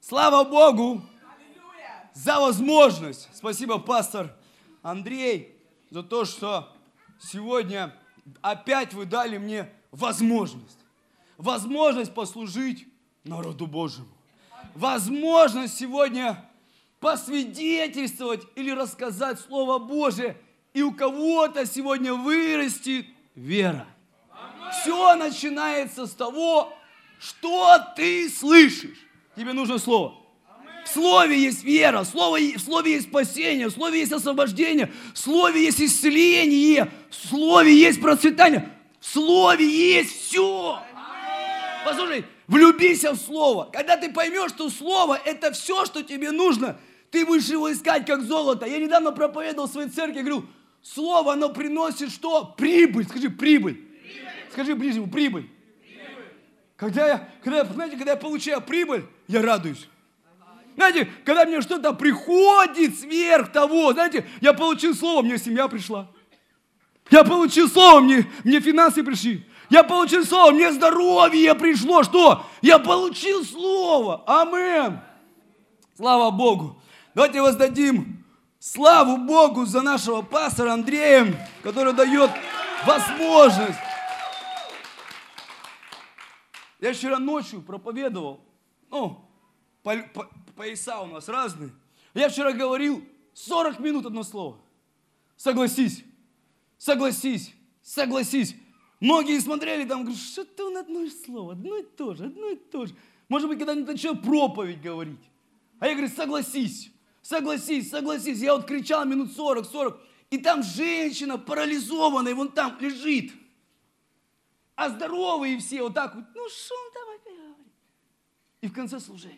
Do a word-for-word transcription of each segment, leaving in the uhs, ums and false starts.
Слава Богу за возможность. Спасибо, пастор Андрей, за то, что сегодня опять вы дали мне возможность. Возможность послужить народу Божьему. Возможность сегодня посвидетельствовать или рассказать Слово Божие. И у кого-то сегодня вырастет вера. Все начинается с того, что ты слышишь. Тебе нужно слово. В слове есть вера, в слове, в слове есть спасение, в слове есть освобождение, в слове есть исцеление, в слове есть процветание, в слове есть все. Послушай, влюбись в слово. Когда ты поймешь, что слово – это все, что тебе нужно, ты будешь его искать как золото. Я недавно проповедовал в своей церкви, говорю, слово, оно приносит что? Прибыль. Скажи, прибыль. прибыль. Скажи ближнему, прибыль. Когда я, когда, я, знаете, когда я получаю прибыль, я радуюсь. Знаете, когда мне что-то приходит сверх того, знаете, я получил слово, мне семья пришла. Я получил слово, мне, мне финансы пришли. Я получил слово, мне здоровье пришло. Что? Я получил слово. Амин. Слава Богу. Давайте воздадим славу Богу за нашего пастора Андрея, который дает возможность. Я вчера ночью проповедовал, ну, по, по, пояса у нас разные. Я вчера говорил сорок минут одно слово. Согласись, согласись, согласись. Многие смотрели там, говорят, что-то он одно слово, одно и то же, одно и то же. Может быть, когда-нибудь начал проповедь говорить. А я говорю, согласись, согласись, согласись. Я вот кричал минут сорок, сорок. И там женщина парализованная, вон там лежит. А здоровые все вот так вот, ну что он там опять говорит? И в конце служения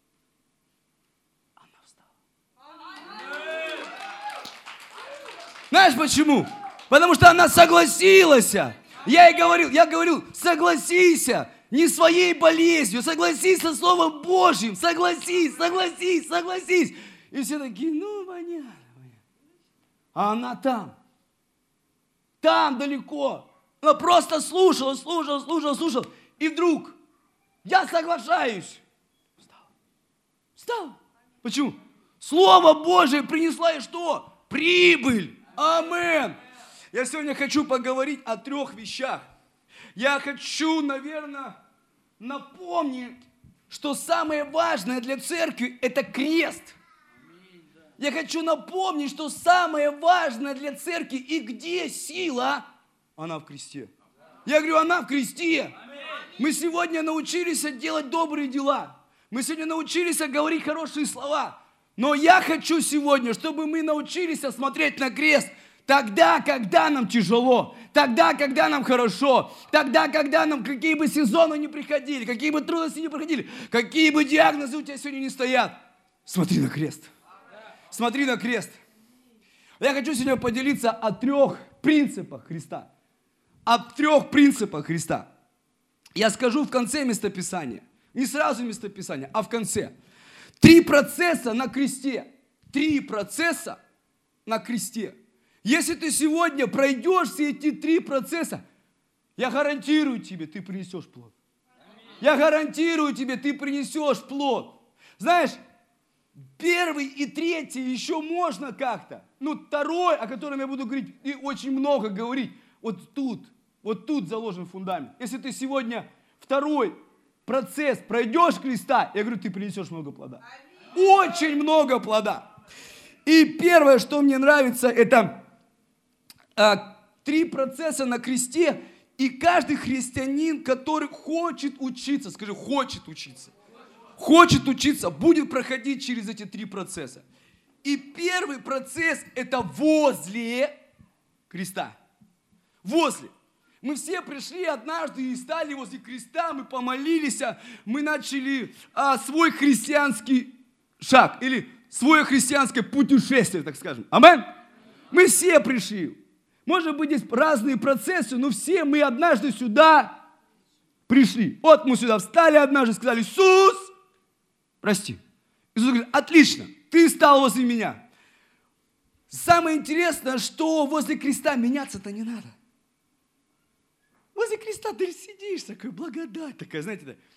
она встала. Знаешь почему? Потому что она согласилась. Я ей говорил, я говорил, согласись, не своей болезнью, согласись со Словом Божьим, согласись, согласись, согласись. И все такие, ну понятно, понятно. А она там, там далеко. Она просто слушала, слушала, слушала, слушала. И вдруг я соглашаюсь. Встал. Встал. Почему? Слово Божие принесло ей что? Прибыль. Амин. Я сегодня хочу поговорить о трех вещах. Я хочу, наверное, напомнить, что самое важное для церкви – это крест. Я хочу напомнить, что самое важное для церкви и где сила – она в кресте. Я говорю, она в кресте. Мы сегодня научились делать добрые дела. Мы сегодня научились говорить хорошие слова. Но я хочу сегодня, чтобы мы научились смотреть на крест тогда, когда нам тяжело, тогда, когда нам хорошо, тогда, когда нам какие бы сезоны ни приходили, какие бы трудности ни приходили, какие бы диагнозы у тебя сегодня не стоят. Смотри на крест. Смотри на крест. Я хочу сегодня поделиться о трех принципах Христа. О трех принципах Христа. Я скажу в конце местописания. Не сразу местописания, а в конце. Три процесса на кресте. Три процесса на кресте. Если ты сегодня пройдешь все эти три процесса, я гарантирую тебе, ты принесешь плод. Я гарантирую тебе, ты принесешь плод. Знаешь, первый и третий еще можно как-то. Ну, второй, о котором я буду говорить, и очень много говорить, вот тут, вот тут заложен фундамент. Если ты сегодня второй процесс пройдешь креста, я говорю, ты принесешь много плода. Очень много плода. И первое, что мне нравится, это а, три процесса на кресте. И каждый христианин, который хочет учиться, скажи, хочет учиться, хочет учиться, будет проходить через эти три процесса. И первый процесс – это возле креста. Возле. Мы все пришли однажды и стали возле креста, мы помолились, мы начали а, свой христианский шаг или свое христианское путешествие, так скажем. Аминь. Мы все пришли. Может быть, здесь разные процессы, но все мы однажды сюда пришли. Вот мы сюда встали однажды, сказали, Иисус, прости. Иисус говорит, отлично, ты стал возле меня. Самое интересное, что возле креста меняться-то не надо. Возле креста ты сидишь, такая благодать, такая, знаете,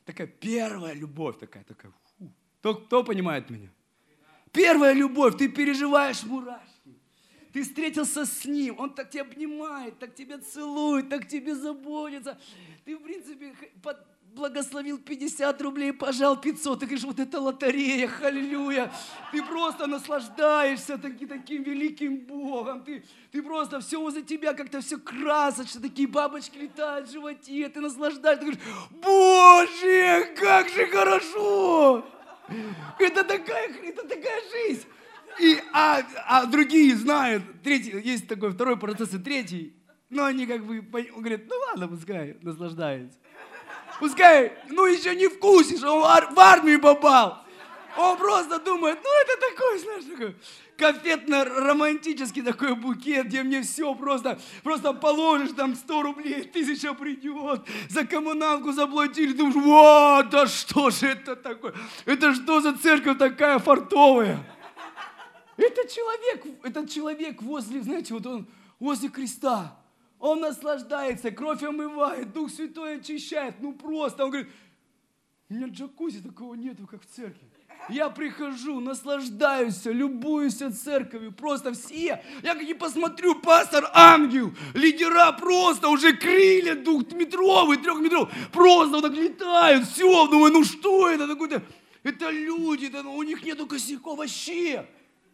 такая первая любовь, такая, такая. Фу. Кто, кто понимает меня? Первая любовь, ты переживаешь мурашки. Ты встретился с ним, он так тебя обнимает, так тебя целует, так тебе заботится. Ты, в принципе, благословил пятьдесят рублей, пожал пятьсот. Ты говоришь, вот это лотерея, аллилуйя. Ты просто наслаждаешься таки, таким великим Богом. Ты, ты просто все возле тебя как-то все красочно, такие бабочки летают в животе. Ты наслаждаешься, ты говоришь, Боже, как же хорошо. Это такая, это такая жизнь. И, а, а другие знают, третий, есть такой второй процесс и третий, но они как бы говорят, ну ладно, пускай наслаждается. Пускай, ну еще не вкусишь, он в армию попал. Он просто думает, ну это такой, знаешь, такой конфетно-романтический такой букет, где мне все просто, просто положишь там сто рублей, тысяча придет, за коммуналку заплатили, думаешь, вот, да что же это такое, это что за церковь такая фартовая? Это человек, этот человек возле, знаете, вот он возле креста, он наслаждается, кровь омывает, Дух Святой очищает, ну просто, он говорит, у меня джакузи такого нету, как в церкви. Я прихожу, наслаждаюсь, любуюсь церковью, просто все, я как и посмотрю, пастор, ангел, лидера просто уже крылья двухметровые, трехметровые, просто вот так летают, все, думаю, ну что это такое-то, это люди, это, у них нету косяков вообще.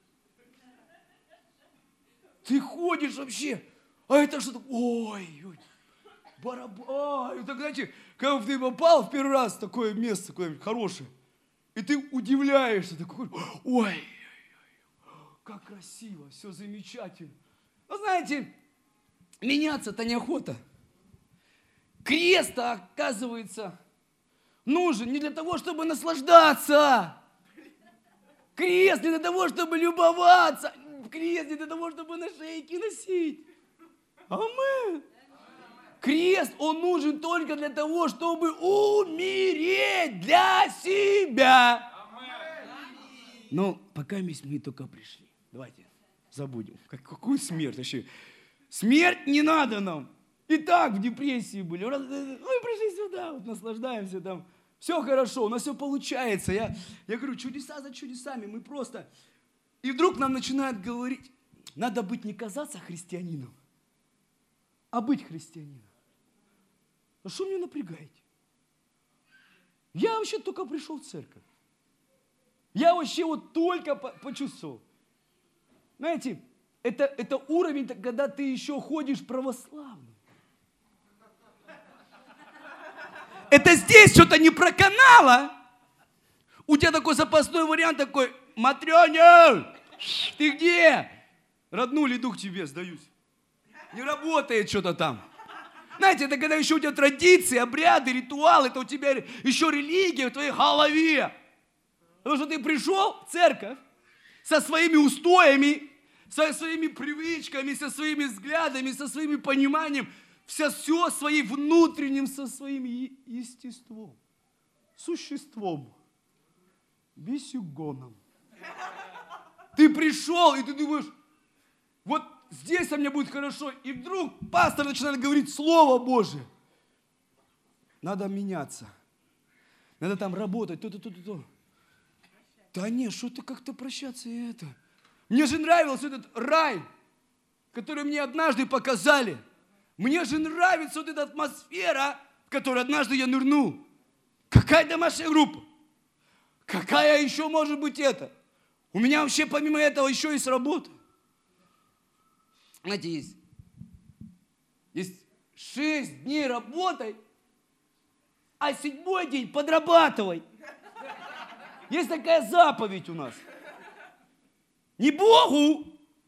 Ты ходишь вообще, а это что-то, ой, ой, барабан. И так, знаете, когда ты попал в первый раз в такое место, куда-нибудь хорошее, и ты удивляешься, такой, ой, как красиво, все замечательно. Но знаете, меняться-то неохота. Крест, оказывается, нужен не для того, чтобы наслаждаться. Крест не для того, чтобы любоваться. Крест не для того, чтобы на шейке носить. Аминь. Крест, он нужен только для того, чтобы умереть для себя. Но пока мы только пришли. Давайте забудем. Какую смерть вообще? Смерть не надо нам. И так в депрессии были. Мы пришли сюда, вот наслаждаемся там. Все хорошо, у нас все получается. Я, я говорю, чудеса за чудесами. Мы просто... И вдруг нам начинают говорить, надо быть не казаться христианином, а быть христианином. А что мне напрягаете? Я вообще только пришел в церковь. Я вообще вот только почувствовал. Знаете, это, это уровень, когда ты еще ходишь православным. Это здесь что-то не проканало. У тебя такой запасной вариант такой, Матрёня, ты где? Роднули дух тебе, сдаюсь. Не работает что-то там. Знаете, это когда еще у тебя традиции, обряды, ритуалы, это у тебя еще религия в твоей голове. Потому что ты пришел в церковь со своими устоями, со своими привычками, со своими взглядами, со своим пониманием, все, все своим внутренним, со своим естеством, существом, бесюгоном. Ты пришел, и ты думаешь, вот здесь у меня будет хорошо. И вдруг пастор начинает говорить Слово Божие. Надо меняться. Надо там работать, то-то-то-то. Да нет, что-то как-то прощаться и это. Мне же нравился этот рай, который мне однажды показали. Мне же нравится вот эта атмосфера, в которой однажды я нырнул. Какая домашняя группа? Какая еще может быть это? У меня вообще помимо этого еще есть работа. Знаете, есть, есть шесть дней работай, а седьмой день подрабатывай. Есть такая заповедь у нас. Не Богу,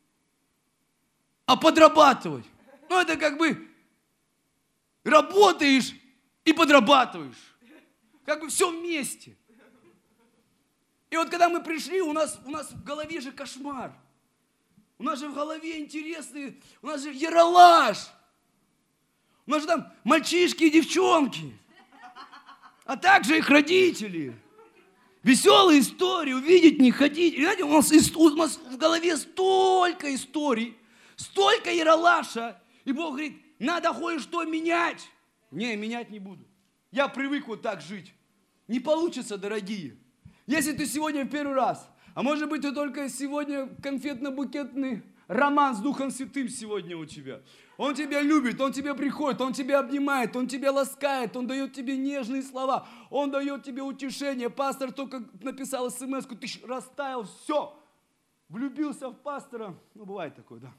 а подрабатывать. Ну, это как бы работаешь и подрабатываешь. Как бы все вместе. И вот когда мы пришли, у нас, у нас в голове же кошмар. У нас же в голове интересный, у нас же яролаж. У нас же там мальчишки и девчонки. А также их родители. Веселые истории, увидеть, не ходить. И знаете, у нас, у нас в голове столько историй, столько яролаша. И Бог говорит, надо кое-что менять. Не, менять не буду. Я привык вот так жить. Не получится, дорогие. Если ты сегодня в первый раз, а может быть, ты только сегодня конфетно-букетный роман с Духом Святым сегодня у тебя. Он тебя любит, Он тебе приходит, Он тебя обнимает, Он тебя ласкает, Он дает тебе нежные слова, Он дает тебе утешение. Пастор только написал смс-ку, ты растаял, все, влюбился в пастора. Ну, бывает такое, да.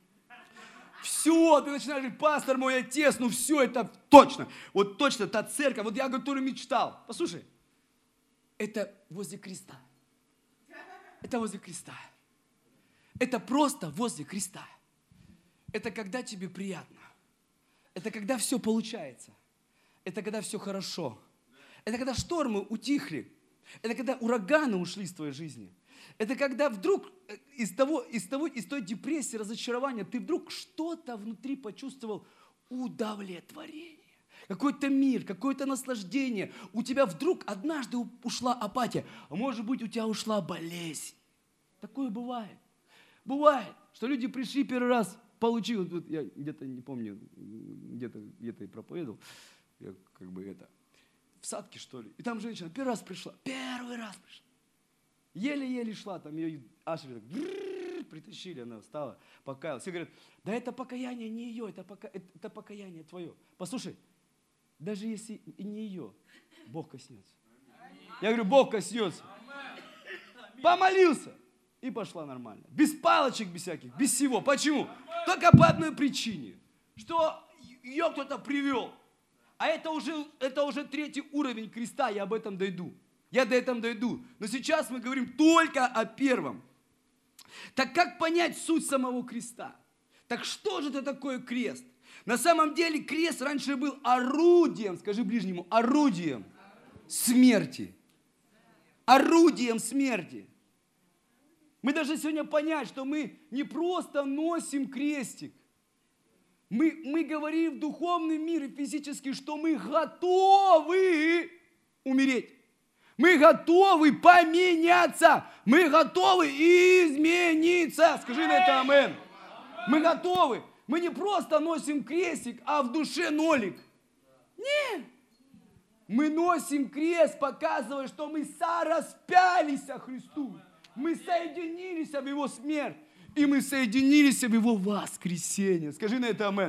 Все, ты начинаешь говорить, пастор мой отец, ну все, это точно. Вот точно, та церковь, вот я, которую мечтал. Послушай, это возле креста. Это возле креста. Это просто возле креста. Это когда тебе приятно. Это когда все получается. Это когда все хорошо. Это когда штормы утихли. Это когда ураганы ушли из твоей жизни. Это когда вдруг из, того, из, того, из той депрессии, разочарования, ты вдруг что-то внутри почувствовал удовлетворение. Какой-то мир, какое-то наслаждение. У тебя вдруг однажды ушла апатия. А может быть, у тебя ушла болезнь. Такое бывает. Бывает, что люди пришли первый раз, получил, вот я где-то не помню, где-то где-то и проповедовал, я как бы это, в садке что ли, и там женщина первый раз пришла, первый раз пришла, еле-еле шла, там ее аж так, притащили, она встала, покаялась, все говорят, да это покаяние не ее, это, пока, это, это покаяние твое. Послушай, даже если и не ее, Бог коснется. Я говорю, Бог коснется. Помолился. И пошла нормально. Без палочек, без всяких, без всего. Почему? Только по одной причине. Что ее кто-то привел. А это уже, это уже третий уровень креста, я об этом дойду. Я до этого дойду. Но сейчас мы говорим только о первом. Так как понять суть самого креста? Так что же это такое крест? На самом деле крест раньше был орудием, скажи ближнему, орудием смерти. Орудием смерти. Мы должны сегодня понять, что мы не просто носим крестик. Мы, мы говорим в духовном мире физически, что мы готовы умереть. Мы готовы поменяться. Мы готовы измениться. Скажи на это амин. Мы готовы. Мы не просто носим крестик, а в душе нолик. Нет. Мы носим крест, показывая, что мы сораспялись со Христу. Мы соединились в Его смерть. И мы соединились в Его воскресение. Скажи на это амин.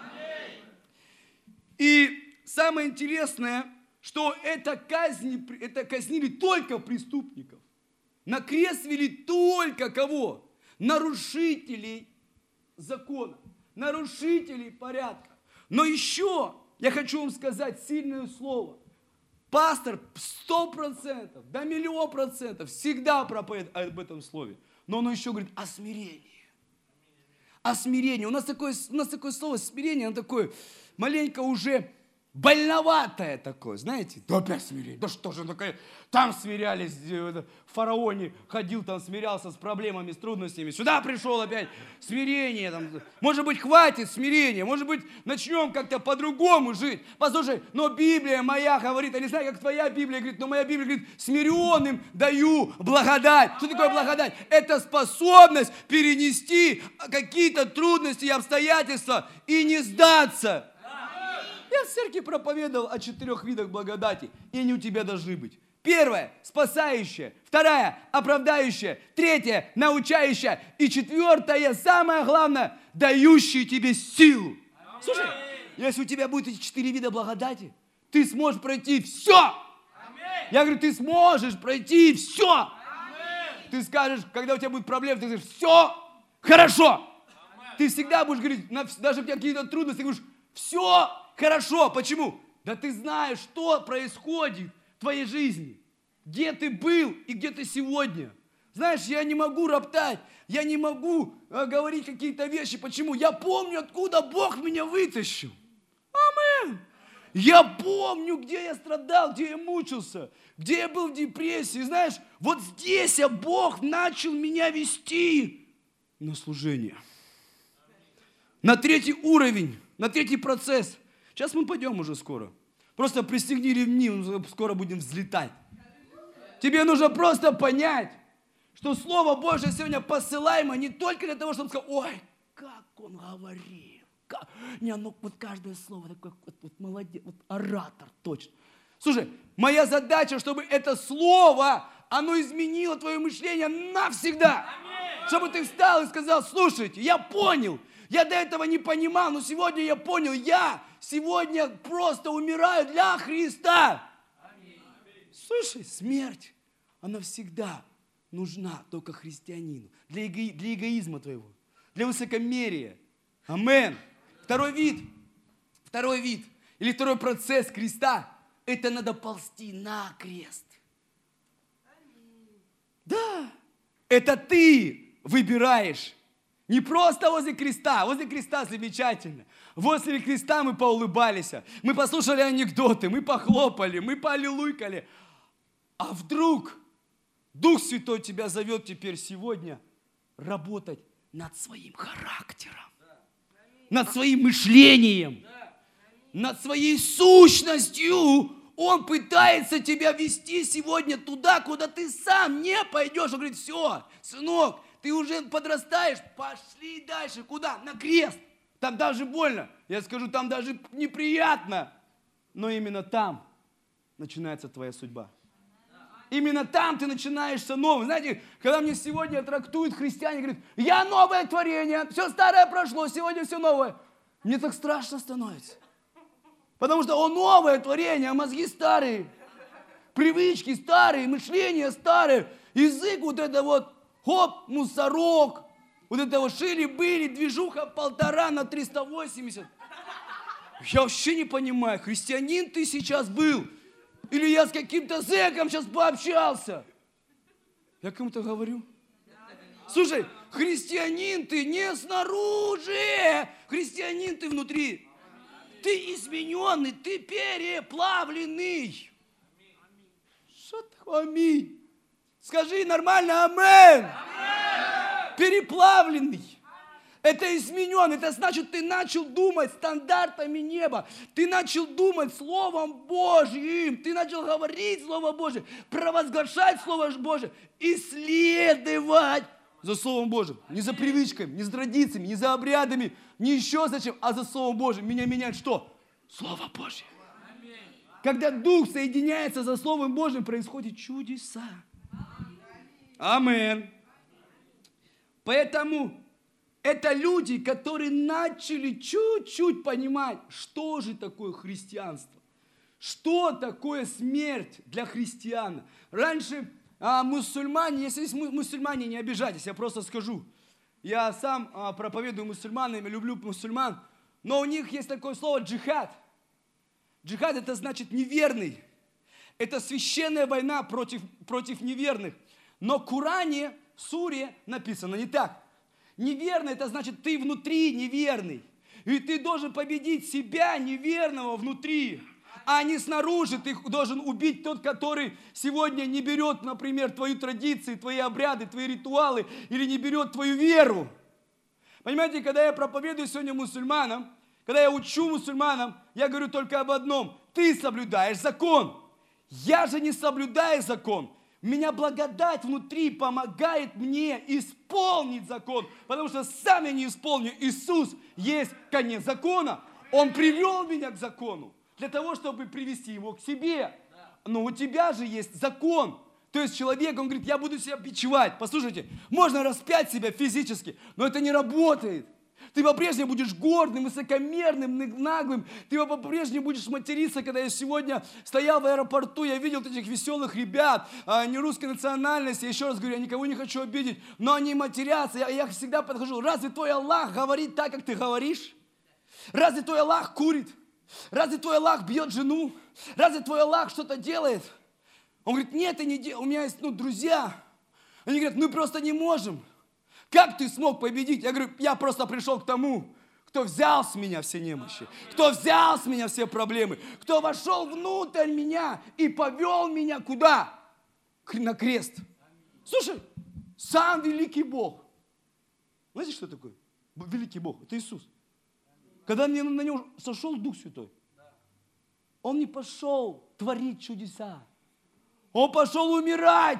И самое интересное, что это, казни, это казнили только преступников. На крест вели только кого? Нарушителей закона. Нарушителей порядка. Но еще я хочу вам сказать сильное слово. Пастор сто процентов, да миллион процентов всегда проповедует об этом слове. Но он еще говорит о смирении. О смирении. У нас такое, у нас такое слово смирение, оно такое маленько уже больноватое такое, знаете. Да опять смирение. Да что же такое? Там смирялись, в фараоне ходил, там смирялся с проблемами, с трудностями. Сюда пришел опять смирение. Там. Может быть, хватит смирения. Может быть, начнем как-то по-другому жить. Послушай, но Библия моя говорит, я не знаю, как твоя Библия говорит, но моя Библия говорит, смиренным даю благодать. Что такое благодать? Это способность перенести какие-то трудности и обстоятельства и не сдаться. Я в церкви проповедовал о четырех видах благодати, и они у тебя должны быть. Первая – спасающая. Вторая – оправдающая. Третья – научающая. И четвертая, самое главное, дающая тебе силу. Слушай, если у тебя будет эти четыре вида благодати, ты сможешь пройти все. Я говорю, ты сможешь пройти все. Ты скажешь, когда у тебя будут проблемы, ты скажешь, все хорошо. Ты всегда будешь говорить, даже у тебя какие-то трудности, ты говоришь, все хорошо. Почему? Да ты знаешь, что происходит в твоей жизни. Где ты был и где ты сегодня. Знаешь, я не могу роптать. Я не могу э, говорить какие-то вещи. Почему? Я помню, откуда Бог меня вытащил. Аминь. Я помню, где я страдал, где я мучился, где я был в депрессии. Знаешь, вот здесь а Бог начал меня вести на служение. На третий уровень, на третий процесс. Сейчас мы пойдем уже скоро. Просто пристегни ремни, мы скоро будем взлетать. Тебе нужно просто понять, что Слово Божье сегодня посылаемо не только для того, чтобы сказать, ой, как он говорил. Как... Не, ну вот каждое слово такое, вот, вот молодец, вот оратор, точно. Слушай, моя задача, чтобы это слово, оно изменило твое мышление навсегда. Чтобы ты встал и сказал, слушайте, я понял, я до этого не понимал, но сегодня я понял, я сегодня просто умираю для Христа. Слушай, смерть, она всегда нужна только христианину, для, эго, для эгоизма твоего, для высокомерия. Амен. Второй вид, второй вид, или второй процесс креста, это надо ползти на крест. Да, это ты выбираешь. Не просто возле креста, возле креста замечательно. Возле креста мы поулыбались, мы послушали анекдоты, мы похлопали, мы поаллилуйкали. А вдруг Дух Святой тебя зовет теперь сегодня работать над своим характером, над своим мышлением, над своей сущностью. Он пытается тебя вести сегодня туда, куда ты сам не пойдешь. Он говорит, все, сынок, ты уже подрастаешь, пошли дальше. Куда? На крест. Там даже больно. Я скажу, там даже неприятно. Но именно там начинается твоя судьба. Именно там ты начинаешься новым. Знаете, когда мне сегодня трактуют христиане, говорят, я новое творение, все старое прошло, сегодня все новое. Мне так страшно становится. Потому что он новое творение, а мозги старые. Привычки старые, мышление старое. Язык вот это вот, хоп, мусорок. Вот это вот шили-были, движуха полтора на триста восемьдесят. Я вообще не понимаю, христианин ты сейчас был? Или я с каким-то зэком сейчас пообщался? Я кому-то говорю. Слушай, христианин ты не снаружи, христианин ты внутри. Ты измененный, ты переплавленный. Что такое аминь? Скажи нормально амин. Переплавленный. Это изменен, это значит, ты начал думать стандартами неба. Ты начал думать Словом Божьим. Ты начал говорить Слово Божье, провозглашать Слово Божье, исследовать за Словом Божьим. Не за привычками, не за традициями, не за обрядами, не еще зачем, а за Словом Божьим. Меня меняет что? Слово Божье. Когда Дух соединяется за Словом Божьим, происходят чудеса. Амин. Поэтому это люди, которые начали чуть-чуть понимать, что же такое христианство, что такое смерть для христиан. Раньше а, мусульмане, если есть мусульмане, не обижайтесь, я просто скажу. Я сам а, проповедую мусульманам, люблю мусульман, но у них есть такое слово джихад. Джихад это значит неверный. Это священная война против, против неверных. Но в Коране, в суре написано не так. Неверный, это значит, ты внутри неверный. И ты должен победить себя, неверного, внутри. А не снаружи. Ты должен убить тот, который сегодня не берет, например, твои традиции, твои обряды, твои ритуалы, или не берет твою веру. Понимаете, когда я проповедую сегодня мусульманам, когда я учу мусульманам, я говорю только об одном. Ты соблюдаешь закон. Я же не соблюдаю закон. Меня благодать внутри помогает мне исполнить закон, потому что сам я не исполню. Иисус есть конец закона. Он привел меня к закону для того, чтобы привести его к себе. Но у тебя же есть закон. То есть человек, он говорит, я буду себя бичевать. Послушайте, можно распять себя физически, но это не работает. Ты по-прежнему будешь гордым, высокомерным, наглым. Ты по-прежнему будешь материться, когда я сегодня стоял в аэропорту, я видел этих веселых ребят, не русской национальности. Еще раз говорю, я никого не хочу обидеть, но они матерятся. Я, я всегда подхожу, разве твой Аллах говорит так, как ты говоришь? Разве твой Аллах курит? Разве твой Аллах бьет жену? Разве твой Аллах что-то делает? Он говорит, нет, я не делаю. У меня есть ну, друзья. Они говорят, мы просто не можем. Как ты смог победить? Я говорю, я просто пришел к тому, кто взял с меня все немощи, кто взял с меня все проблемы, кто вошел внутрь меня и повел меня куда? На крест. Слушай, сам великий Бог. Знаете, что такое? Великий Бог, это Иисус. Когда мне на него сошел Дух Святой, он не пошел творить чудеса. Он пошел умирать.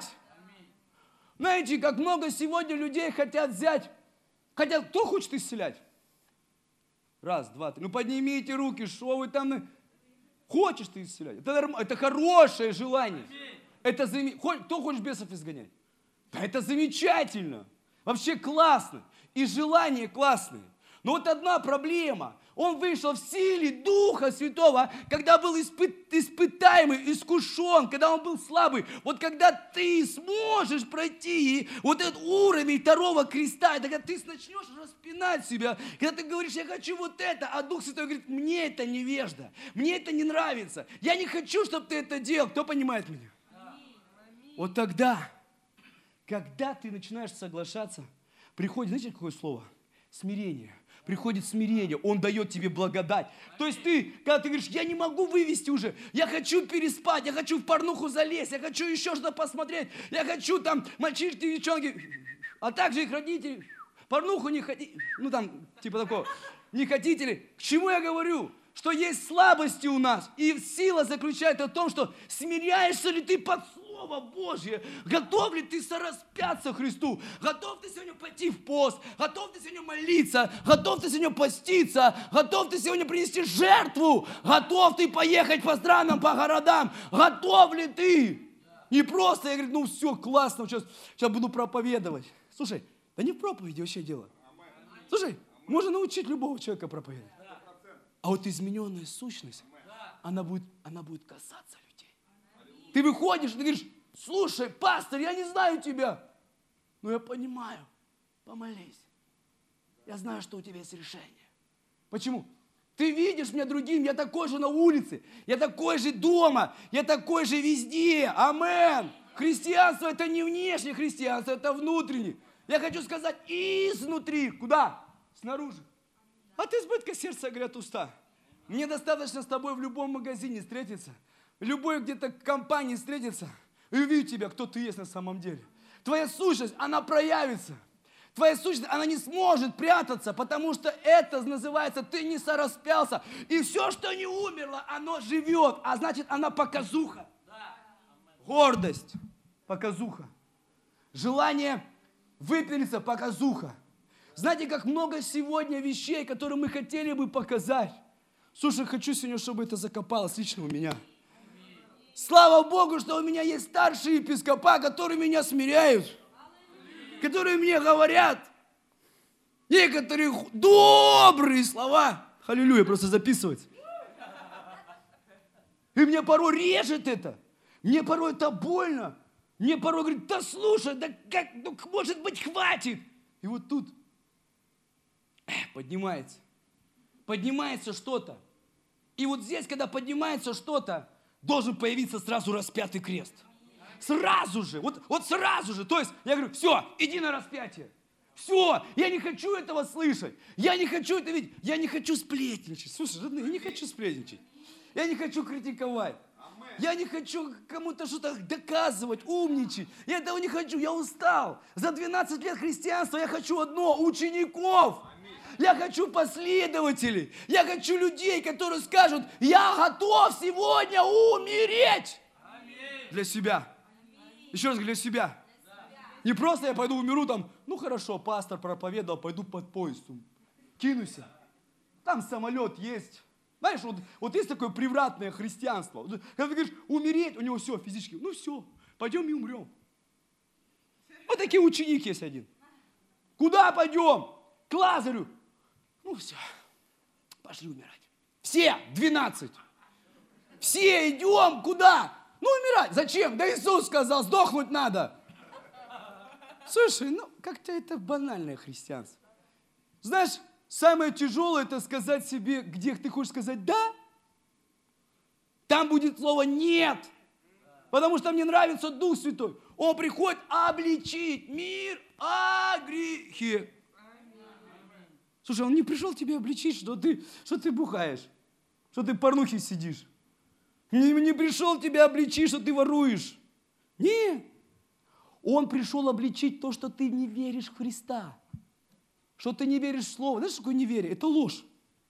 Знаете, как много сегодня людей хотят взять, хотят, кто хочет исцелять? Раз, два, три. Ну поднимите руки, что вы там? Хочешь ты исцелять? Это, норм... это хорошее желание. Это зам... Кто хочет бесов изгонять? Да это замечательно. Вообще классно. И желания классные. Но вот одна проблема. Он вышел в силе Духа Святого, когда был испыт, испытаемый, искушен, когда он был слабый. Вот когда ты сможешь пройти вот этот уровень второго креста, и когда ты начнешь распинать себя, когда ты говоришь, я хочу вот это, а Дух Святой говорит, мне это невежда, мне это не нравится, я не хочу, чтобы ты это делал. Кто понимает меня? Вот тогда, когда ты начинаешь соглашаться, приходит, знаете, какое слово? Смирение. Приходит смирение, Он дает тебе благодать. То есть ты, когда ты говоришь, я не могу вывести уже, я хочу переспать, я хочу в порнуху залезть, я хочу еще что-то посмотреть, я хочу там мальчишки, девчонки, а также их родители, порнуху не хотите, ну там, типа такого, не хотите ли? К чему я говорю? Что есть слабости у нас, и сила заключается в том, что смиряешься ли ты под Слово Божье, готов ли ты сораспяться Христу, готов ты сегодня пойти в пост, готов ты сегодня молиться, готов ты сегодня поститься, готов ты сегодня принести жертву, готов ты поехать по странам, по городам, готов ли ты? Не просто, я говорю, ну все, классно, сейчас, сейчас буду проповедовать. Слушай, да не в проповеди вообще дело. Слушай, можно научить любого человека проповедовать. А вот измененная сущность, она будет, она будет касаться людей. Ты выходишь, ты говоришь, слушай, пастор, я не знаю тебя, но я понимаю, помолись. Я знаю, что у тебя есть решение. Почему? Ты видишь меня другим, я такой же на улице, я такой же дома, я такой же везде. Амен. Христианство это не внешнее христианство, это внутреннее. Я хочу сказать, изнутри. Куда? Снаружи. От избытка сердца говорят уста. Мне достаточно с тобой в любом магазине встретиться, в любой где-то компании встретиться и увидеть тебя, кто ты есть на самом деле. Твоя сущность, она проявится. Твоя сущность, она не сможет прятаться, потому что это называется, ты не сораспялся. И все, что не умерло, оно живет, а значит, она показуха. Гордость, показуха. Желание выпилиться, показуха. Знаете, как много сегодня вещей, которые мы хотели бы показать. Слушай, хочу сегодня, чтобы это закопалось лично у меня. Слава Богу, что у меня есть старшие епископа, которые меня смиряют, которые мне говорят некоторые добрые слова. Аллилуйя, просто записывать. И мне порой режет это. Мне порой это больно. Мне порой говорит, да слушай, да как, ну, может быть, хватит. И вот тут поднимается. Поднимается что-то. И вот здесь, когда поднимается что-то, должен появиться сразу распятый крест. Сразу же. Вот, вот сразу же. То есть я говорю, все, иди на распятие. Все, я не хочу этого слышать. Я не хочу это видеть. Я не хочу сплетничать. Слушай, родные, я не хочу сплетничать. Я не хочу критиковать. Я не хочу кому-то что-то доказывать, умничать. Я этого не хочу, я устал. За двенадцать лет христианства я хочу одно – учеников. Я хочу последователей. Я хочу людей, которые скажут, я готов сегодня умереть. Для себя. Еще раз, для себя. Не просто я пойду умеру там, ну хорошо, пастор проповедовал, пойду под поездом. Кинусь. Там самолет есть. Знаешь, вот, вот есть такое превратное христианство. Когда ты говоришь, умереть, у него все физически. Ну все, пойдем и умрем. Вот такие ученики есть один. Куда пойдем? К Лазарю. Ну все, пошли умирать. Все, двенадцать. Все идем куда? Ну умирать. Зачем? Да Иисус сказал, сдохнуть надо. Слушай, ну как-то это банальное христианство. Знаешь, самое тяжелое это сказать себе, где ты хочешь сказать «да». Там будет слово «нет». Потому что мне нравится Дух Святой. Он приходит обличить мир о грехе. Слушай, он не пришел тебе обличить, что ты, что ты бухаешь, что ты в порнухе сидишь. Не, не пришел тебя обличить, что ты воруешь. Нет. Он пришел обличить то, что ты не веришь в Христа. Что ты не веришь в Слово. Знаешь, что такое неверие? Это ложь.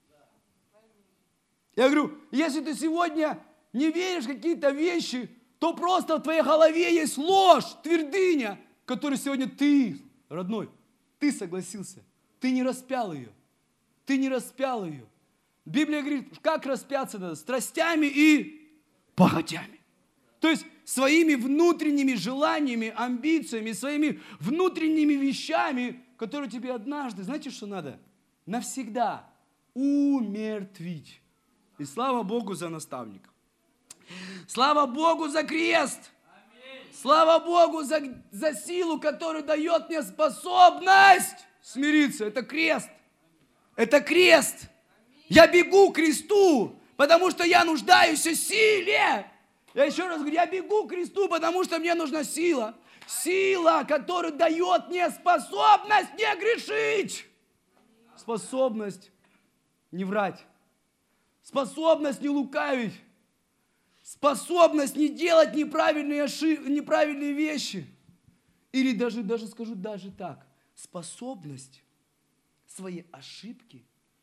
Я говорю, если ты сегодня не веришь в какие-то вещи, то просто в твоей голове есть ложь, твердыня, которую сегодня ты, родной, ты согласился. Ты не распял ее. Ты не распял ее. Библия говорит, как распяться надо? Страстями и похотями. То есть своими внутренними желаниями, амбициями, своими внутренними вещами, которые тебе однажды, знаете, что надо? Навсегда умертвить. И слава Богу за наставников. Слава Богу за крест. Слава Богу за, за силу, которая дает мне способность смириться. Это крест. Это крест. Я бегу к кресту, потому что я нуждаюсь в силе. Я еще раз говорю, я бегу к кресту, потому что мне нужна сила. Сила, которая дает мне способность не грешить. Способность не врать. Способность не лукавить. Способность не делать неправильные, ошиб... неправильные вещи. Или даже, даже скажу даже так. Способность свои ошибки,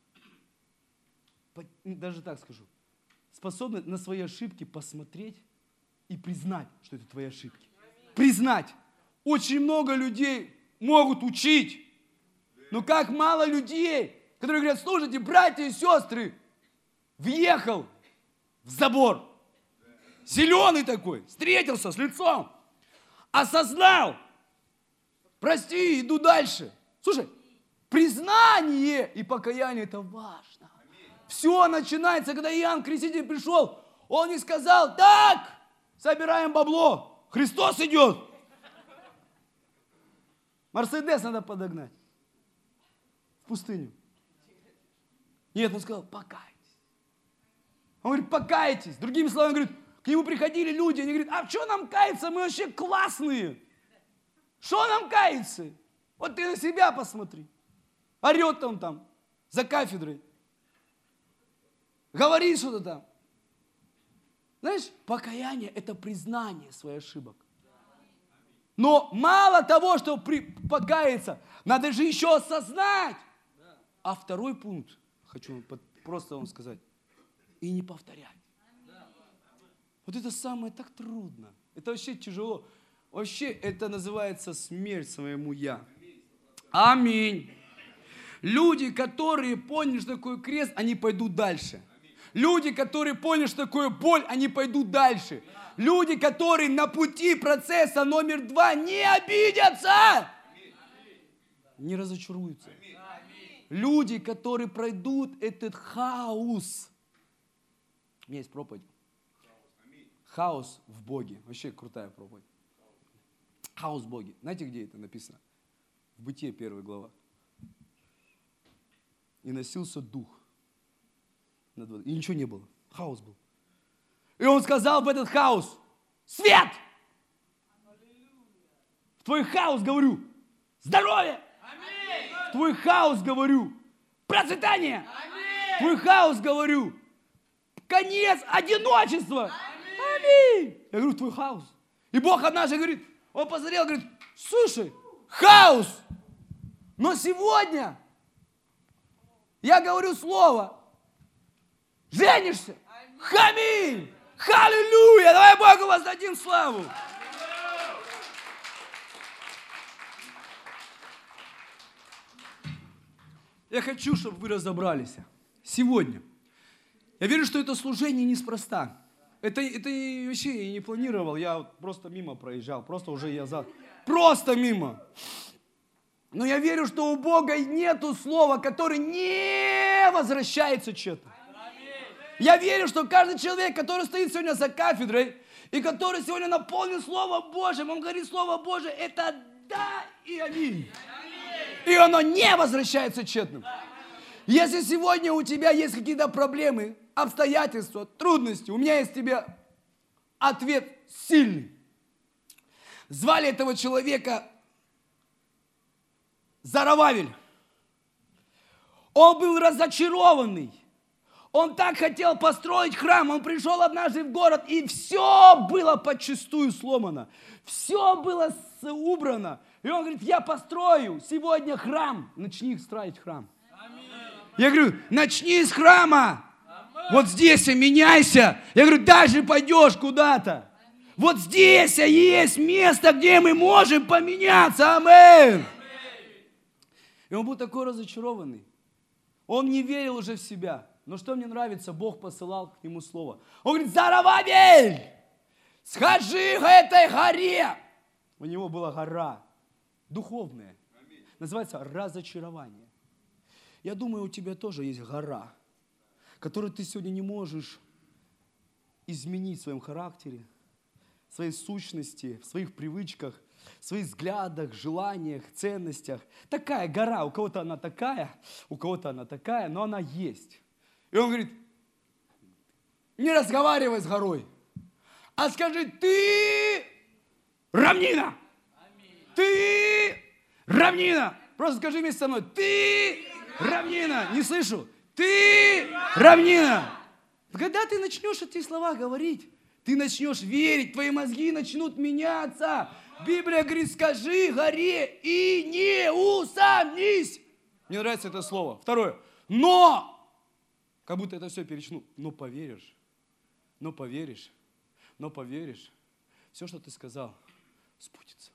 даже так скажу, способность на свои ошибки посмотреть и признать, что это твои ошибки. Признать. Очень много людей могут учить, но как мало людей, которые говорят, слушайте, братья и сестры, въехал в забор, зеленый такой, встретился с лицом, осознал, прости, иду дальше. Слушай, признание и покаяние это важно. Все начинается, когда Иоанн Креститель пришел, он не сказал, так, собираем бабло, Христос идет. Мерседес надо подогнать в пустыню. Нет, он сказал, покайтесь. Он говорит, покайтесь. Другими словами, говорит, к нему приходили люди, они говорят, а что нам каяться, мы вообще классные. Что нам каяться? Вот ты на себя посмотри. Орет он там за кафедрой. Говорит что-то там. Знаешь, покаяние – это признание своих ошибок. Но мало того, что при, покаяться, надо же еще осознать. А второй пункт, хочу просто вам сказать, и не повторять. Вот это самое так трудно. Это вообще тяжело. Вообще это называется смерть своему «я». Аминь. Люди, которые поняли, что такое крест, они пойдут дальше. Люди, которые поняли, что такое боль, они пойдут дальше. Люди, которые на пути процесса номер два не обидятся, не разочаруются. Люди, которые пройдут этот хаос. У меня есть проповедь. Хаос в Боге. Вообще крутая проповедь. Хаос в Боге. Знаете, где это написано? В Бытие первая глава. И носился дух над водой. И ничего не было. Хаос был. И он сказал в этот хаос: свет! В твой хаос говорю здоровье! В твой хаос говорю процветание! В твой хаос говорю конец одиночества! Аминь! Я говорю, в твой хаос. И Бог однажды говорит, он посмотрел, говорит, слушай, хаос! Но сегодня я говорю слово. Женишься? Аминь! Аллилуйя! Давай Богу воздадим славу! Я хочу, чтобы вы разобрались сегодня. Я верю, что это служение неспроста. Это, это вообще я не планировал, я просто мимо проезжал, просто уже я за... Просто мимо. Но я верю, что у Бога нету слова, которое не возвращается тщетно. Я верю, что каждый человек, который стоит сегодня за кафедрой, и который сегодня наполнен Словом Божьим, он говорит, Слово Божие, это да и аминь. И оно не возвращается тщетным. Если сегодня у тебя есть какие-то проблемы, обстоятельства, трудности, у меня есть тебе ответ сильный. Звали этого человека Зарававель. Он был разочарованный. Он так хотел построить храм. Он пришел однажды в город, и все было подчистую сломано. Все было убрано. И он говорит, я построю сегодня храм. Начни строить храм. Аминь. Я говорю, начни с храма. Аминь. Вот здесь меняйся. Я говорю, дальше пойдешь куда-то. Аминь. Вот здесь есть место, где мы можем поменяться. Аминь. И он был такой разочарованный. Он не верил уже в себя. Но что мне нравится, Бог посылал к нему слово. Он говорит: Зарубабель, схожи к этой горе. У него была гора духовная. Называется разочарование. Я думаю, у тебя тоже есть гора, которую ты сегодня не можешь изменить в своем характере, в своей сущности, в своих привычках, в своих взглядах, желаниях, ценностях. Такая гора, у кого-то она такая, у кого-то она такая, но она есть. И он говорит: не разговаривай с горой, а скажи: ты равнина. Аминь. Ты равнина. Просто скажи вместе со мной: ты равнина. Не слышу. Ты равнина. Когда ты начнешь эти слова говорить, ты начнешь верить, твои мозги начнут меняться. Библия говорит: скажи горе и не усомнись. Мне нравится это слово. Второе. Но. Как будто это все перечну. Но поверишь. Но поверишь. Но поверишь. Все, что ты сказал, сбудется.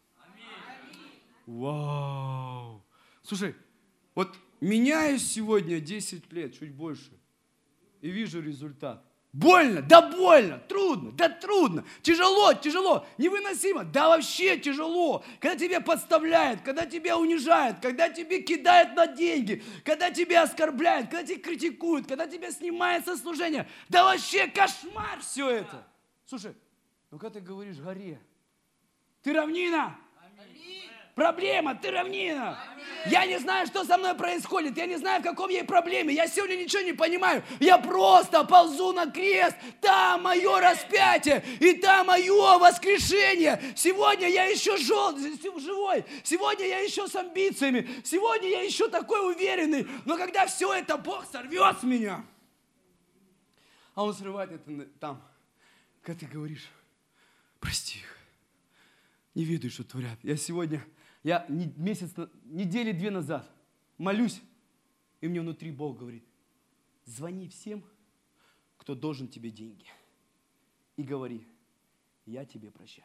Вау. Слушай, вот меняюсь сегодня десять лет, чуть больше. И вижу результат. Больно, да больно, трудно, да трудно, тяжело, тяжело, невыносимо, да вообще тяжело. Когда тебя подставляют, когда тебя унижают, когда тебе кидают на деньги, когда тебя оскорбляют, когда тебя критикуют, когда тебя снимают со служения, да вообще кошмар все это. Слушай, ну когда ты говоришь горе, ты равнина. Проблема, ты равнина. Я не знаю, что со мной происходит. Я не знаю, в каком я проблеме. Я сегодня ничего не понимаю. Я просто ползу на крест. Там мое распятие. И там мое воскрешение. Сегодня я еще живой. Сегодня я еще с амбициями. Сегодня я еще такой уверенный. Но когда все это Бог сорвет с меня. А Он срывает это там. Когда ты говоришь: прости их. Не ведаю, что творят. Я сегодня... Я месяц, недели две назад молюсь, и мне внутри Бог говорит: звони всем, кто должен тебе деньги, и говори: я тебе прощаю.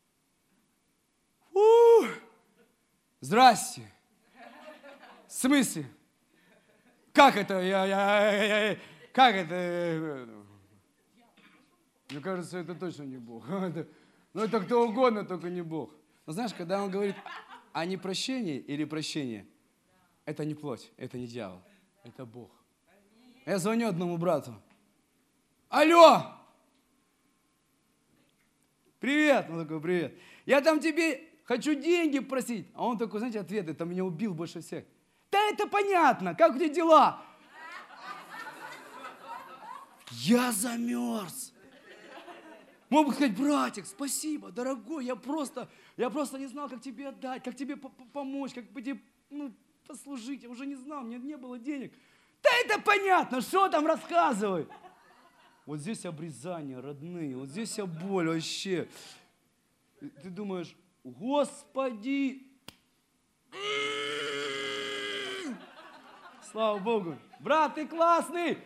У-у-у! Здрасте. В смысле? Как это? Я, я, я, я, как это? Мне кажется, это точно не Бог. Ну, это кто угодно, только не Бог. Но знаешь, когда Он говорит о непрощении или прощении, это не плоть, это не дьявол, это Бог. Я звоню одному брату: алло! Привет! Он такой: привет. Я там тебе хочу деньги просить. А он такой, знаете, ответ: это меня убил больше всех. Да это понятно, как у тебя дела? Я замерз. Мог бы сказать: братик, спасибо, дорогой, я просто, я просто не знал, как тебе отдать, как тебе помочь, как бы тебе, ну, послужить. Я уже не знал, у меня не было денег. Да это понятно, что там рассказывай. Вот здесь обрезание, родные, вот здесь вся боль вообще. Ты думаешь: Господи, слава Богу, брат, ты классный.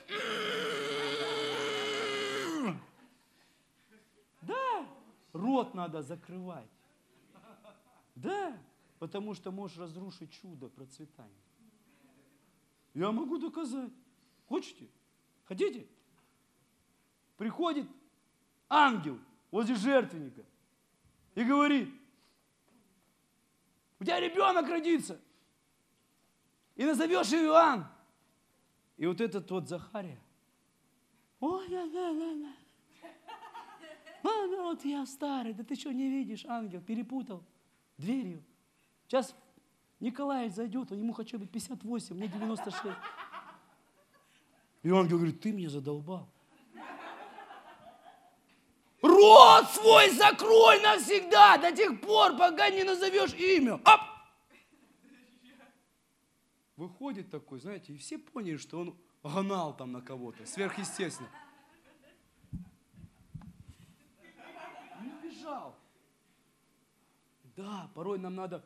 Да, рот надо закрывать. Да, потому что можешь разрушить чудо процветания. Я могу доказать. Хочете? Хотите? Приходит ангел возле жертвенника и говорит: у тебя ребенок родится, и назовешь его Иоанн. И вот этот вот Захария: ой, да, да, да, да. А, ну вот я старый, да ты что не видишь, ангел перепутал дверью. Сейчас Николай зайдет, ему хочу быть пятьдесят восемь, мне девяносто шесть. И ангел говорит: ты меня задолбал. Рот свой закрой навсегда, до тех пор, пока не назовешь имя. Оп! Выходит такой, знаете, и все поняли, что он гнал там на кого-то, сверхъестественно. Не убежал. Да, порой нам надо...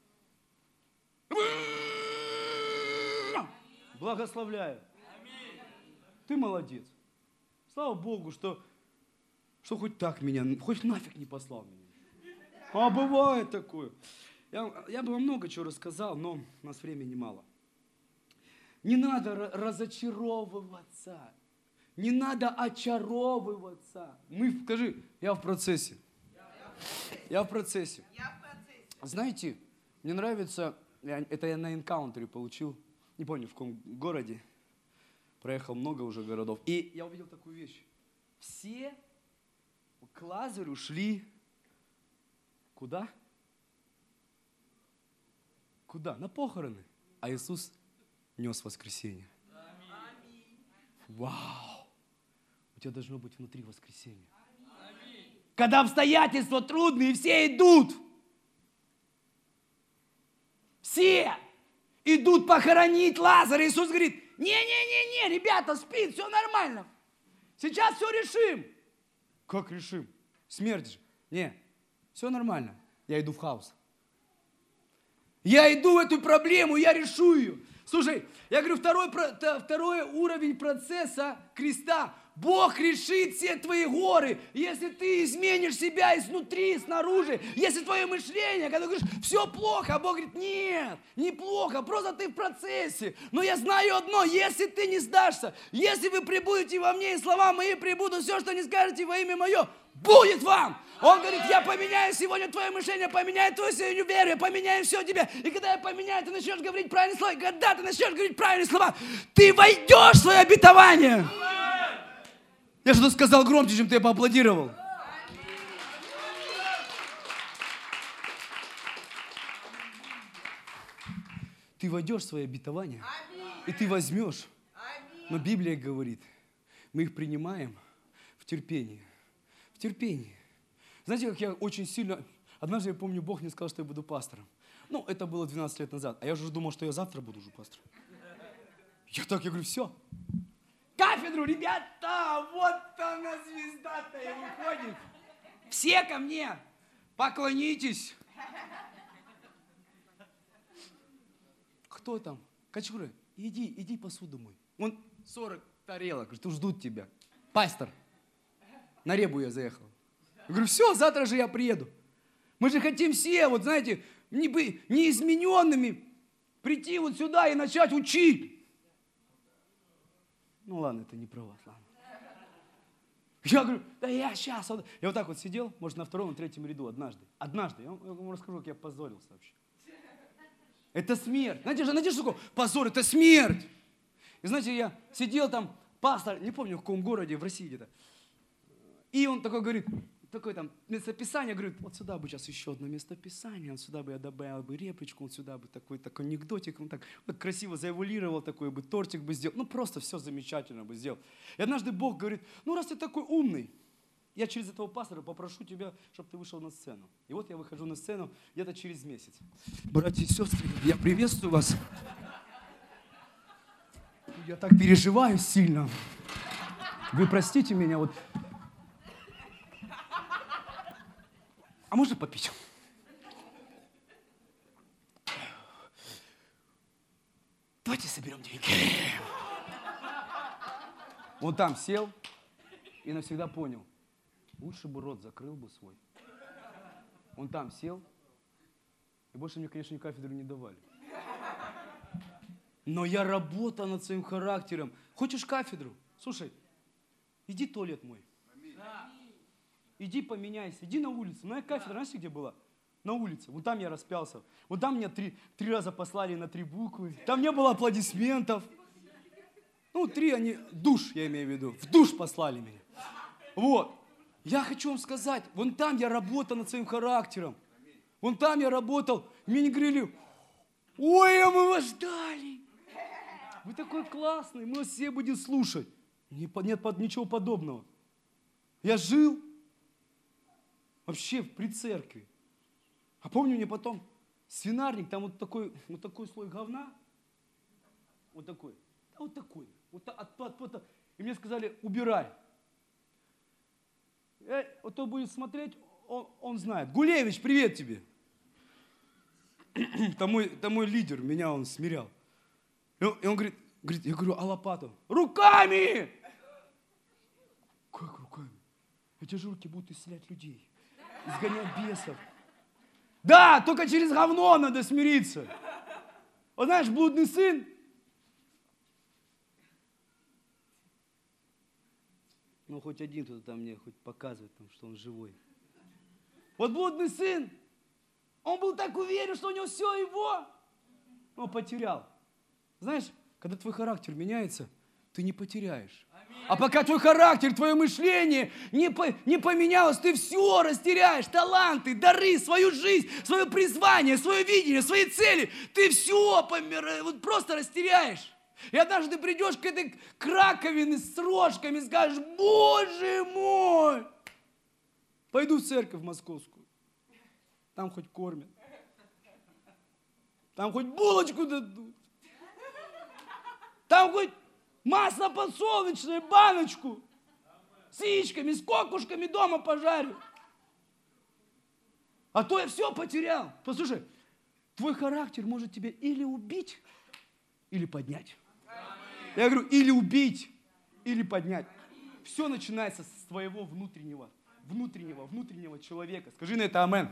Благословляю. Ты молодец. Слава Богу, что, что хоть так меня, хоть нафиг не послал меня. А бывает такое. Я, я бы вам много чего рассказал, но у нас времени мало. Не надо разочаровываться. Не надо очаровываться. Мы, скажи, я в процессе. Я в процессе. Знаете, мне нравится, это я на энкаунтере получил, не помню в каком городе, проехал много уже городов. И я увидел такую вещь. Все к Лазарю шли куда? Куда? На похороны. А Иисус нес воскресение. Вау! У тебя должно быть внутри воскресение. Когда обстоятельства трудные, все идут. Все идут похоронить Лазаря. Иисус говорит, не-не-не-не, ребята, спит, все нормально. Сейчас все решим. Как решим? Смерть же. Не, все нормально. Я иду в хаос. Я иду в эту проблему, я решу ее. Слушай, я говорю, второй, второй уровень процесса креста. Бог решит все твои горы, если ты изменишь себя изнутри, и снаружи. Если твое мышление, когда ты говоришь, все плохо, а Бог говорит, нет, не плохо, просто ты в процессе. Но я знаю одно, если ты не сдашься, если вы пребудете во мне, и слова мои пребудут, все, что не скажете во имя мое, будет вам. Он говорит, я поменяю сегодня твое мышление, поменяю твою сегодня веру, я поменяю все тебе. И когда я поменяю, ты начнешь говорить правильные слова. И когда ты начнешь говорить правильные слова, ты войдешь в свое обетование. Я что-то сказал громче, чем ты поаплодировал. Ты войдешь в свое обетование, и ты возьмешь. Но Библия говорит, мы их принимаем в терпении. В терпении. Знаете, как я очень сильно... Однажды, я помню, Бог мне сказал, что я буду пастором. Ну, это было двенадцать лет назад. А я уже думал, что я завтра буду уже пастором. Я так, я говорю, все. Кафедру, ребята, вот она звезда-то и выходит. Все ко мне, поклонитесь. Кто там? Качура, иди, иди посуду мой. Вон сорок тарелок, ждут тебя. Пастор, на Ребу я заехал. Я говорю, все, завтра же я приеду. Мы же хотим все, вот знаете, не быть неизмененными, прийти вот сюда и начать учить. Ну ладно, это не про вас, ладно. Я говорю, да я сейчас. Я вот так вот сидел, может, на втором, на третьем ряду однажды. Однажды, я вам расскажу, как я позорился вообще. Это смерть. Знаете, знаете, что такое позор? Это смерть. И знаете, я сидел там, пастор, не помню, в каком городе, в России где-то. И он такой говорит, такое там местописание, говорит, вот сюда бы сейчас еще одно местописание, вот сюда бы я добавил бы репличку, вот сюда бы такой, такой анекдотик, он так вот красиво заэволюировал, такой бы тортик бы сделал, ну просто все замечательно бы сделал. И однажды Бог говорит, ну раз ты такой умный, я через этого пастора попрошу тебя, чтобы ты вышел на сцену. И вот я выхожу на сцену где-то через месяц. Братья и сестры, я приветствую вас. Я так переживаю сильно. Вы простите меня, вот. А можно попить? Давайте соберем деньги. Он там сел и навсегда понял. Лучше бы рот закрыл бы свой. Он там сел. И больше мне, конечно, ни кафедру не давали. Но я работал над своим характером. Хочешь кафедру? Слушай, иди туалет мой. Иди поменяйся, иди на улицу. Моя кафедра, знаете, где была? На улице. Вот там я распялся. Вот там меня три, три раза послали на три буквы. Там не было аплодисментов. Ну, три они, душ, я имею в виду. В душ послали меня. Вот. Я хочу вам сказать, вон там я работал над своим характером. Вон там я работал. Мне не говорили, ой, а мы вас ждали. Вы такой классный, мы вас все будем слушать. Нет, нет ничего подобного. Я жил вообще при церкви. А помню, мне потом свинарник, там вот такой, вот такой слой говна. Вот такой. Да вот такой. Вот, от, от, от, от. И мне сказали, убирай. Э, вот кто будет смотреть, он, он знает. Гулевич, привет тебе. Там мой, там мой лидер, меня он смирял. И он, и он говорит, говорит, я говорю, а лопату? Руками! Как руками? Эти же руки будут исцелять людей, изгонять бесов. Да, только через говно надо смириться. Вот знаешь, блудный сын, Ну, хоть один кто-то там мне хоть показывает, там, что он живой. Вот блудный сын, он был так уверен, что у него все его, но потерял. Знаешь, когда твой характер меняется, ты не потеряешь. А пока твой характер, твое мышление не, по, не поменялось, ты все растеряешь. Таланты, дары, свою жизнь, свое призвание, свое видение, свои цели. Ты все помираешь, вот просто растеряешь. И однажды ты придешь к этой к раковине с рожками и скажешь: Боже мой, пойду в церковь московскую. Там хоть кормят. Там хоть булочку дадут. Там хоть масло подсолнечное, баночку с яичками, с кокушками дома пожарю. А то я все потерял. Послушай, твой характер может тебя или убить, или поднять. Я говорю, или убить, или поднять. Все начинается с твоего внутреннего, внутреннего, внутреннего человека. Скажи на это амен.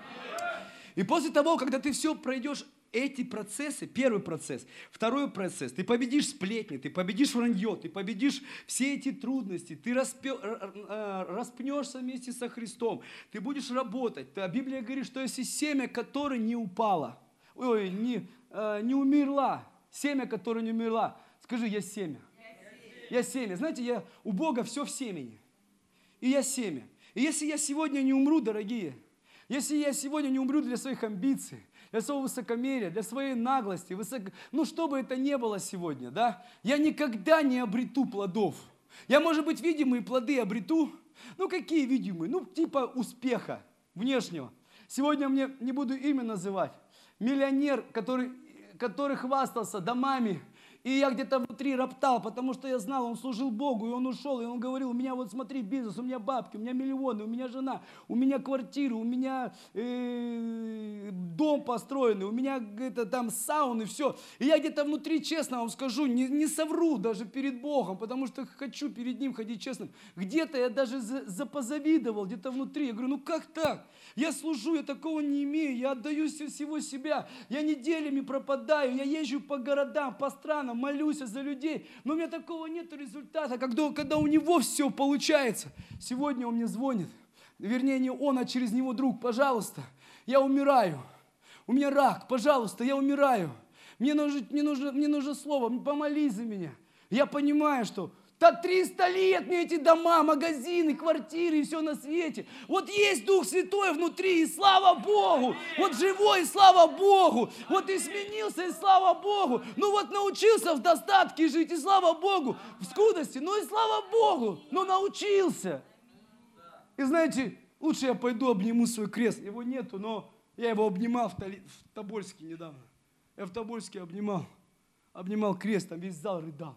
И после того, когда ты все пройдешь, эти процессы, первый процесс, второй процесс, ты победишь сплетни, ты победишь вранье, ты победишь все эти трудности, ты распе, распнешься вместе со Христом, ты будешь работать. А Библия говорит, что если семя, которое не упало, ой, не, не умерла, семя, которое не умерла, скажи, я семя. Я семя. Знаете, я, у Бога все в семени. И я семя. И если я сегодня не умру, дорогие, если я сегодня не умру для своих амбиций, для своего высокомерия, для своей наглости, высоко... ну что бы это ни было сегодня, да, я никогда не обрету плодов. Я, может быть, видимые плоды обрету. Ну какие видимые? Ну типа успеха внешнего. Сегодня мне, не буду имя называть, миллионер, который, который хвастался домами. И я где-то внутри роптал, потому что я знал, он служил Богу, и он ушел, и он говорил: у меня вот смотри, бизнес, у меня бабки, у меня миллионы, у меня жена, у меня квартира, у меня э, дом построенный, у меня это, там сауны, все. И я где-то внутри, честно вам скажу, не, не совру даже перед Богом, потому что хочу перед Ним ходить честным. Где-то я даже за, запозавидовал, где-то внутри. Я говорю, ну как так? Я служу, я такого не имею, я отдаю всего себя, я неделями пропадаю, я езжу по городам, по странам, молюсь за людей, но у меня такого нет результата, когда, когда у него все получается. Сегодня он мне звонит, вернее не он, а через него друг: пожалуйста, я умираю, у меня рак, пожалуйста, я умираю, мне нужно, мне нужно, мне нужно слово, помолись за меня. Я понимаю, что так триста лет мне эти дома, магазины, квартиры и все на свете. Вот есть Дух Святой внутри, и слава Богу. Вот живой, и слава Богу. Вот изменился, и слава Богу. Ну вот научился в достатке жить, и слава Богу. В скудости, ну и слава Богу. Но научился. И знаете, лучше я пойду обниму свой крест. Его нету, но я его обнимал в, Толи... в Тобольске недавно. Я в Тобольске обнимал. Обнимал крест, там весь зал рыдал.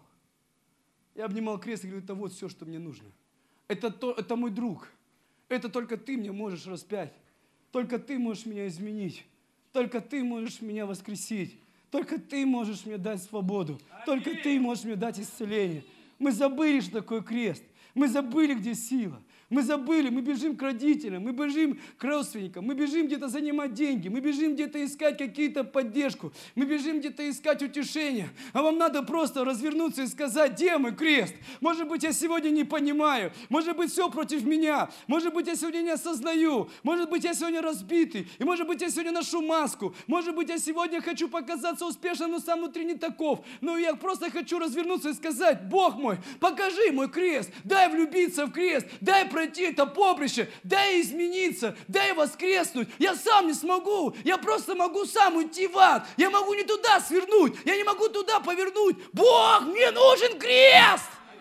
Я обнимал крест и говорю: это вот все, что мне нужно. Это, то, это мой друг. Это только ты мне можешь распять. Только ты можешь меня изменить. Только ты можешь меня воскресить. Только ты можешь мне дать свободу. Только ты можешь мне дать исцеление. Мы забыли, что такое крест. Мы забыли, где сила. Мы забыли, мы бежим к родителям, мы бежим к родственникам, мы бежим где-то занимать деньги, мы бежим где-то искать какие-то поддержку, мы бежим где-то искать утешение. А вам надо просто развернуться и сказать: где мой крест? Может быть, я сегодня не понимаю, может быть, все против меня, может быть, я сегодня не осознаю, может быть, я сегодня разбитый, и может быть, я сегодня ношу маску, может быть, я сегодня хочу показаться успешным, но сам внутри не таков. Но я просто хочу развернуться и сказать: Бог мой, покажи мой крест, дай влюбиться в крест, дай пройти это поприще, дай измениться, дай воскреснуть. Я сам не смогу, я просто могу сам уйти в ад, я могу не туда свернуть, я не могу туда повернуть. Бог, мне нужен крест!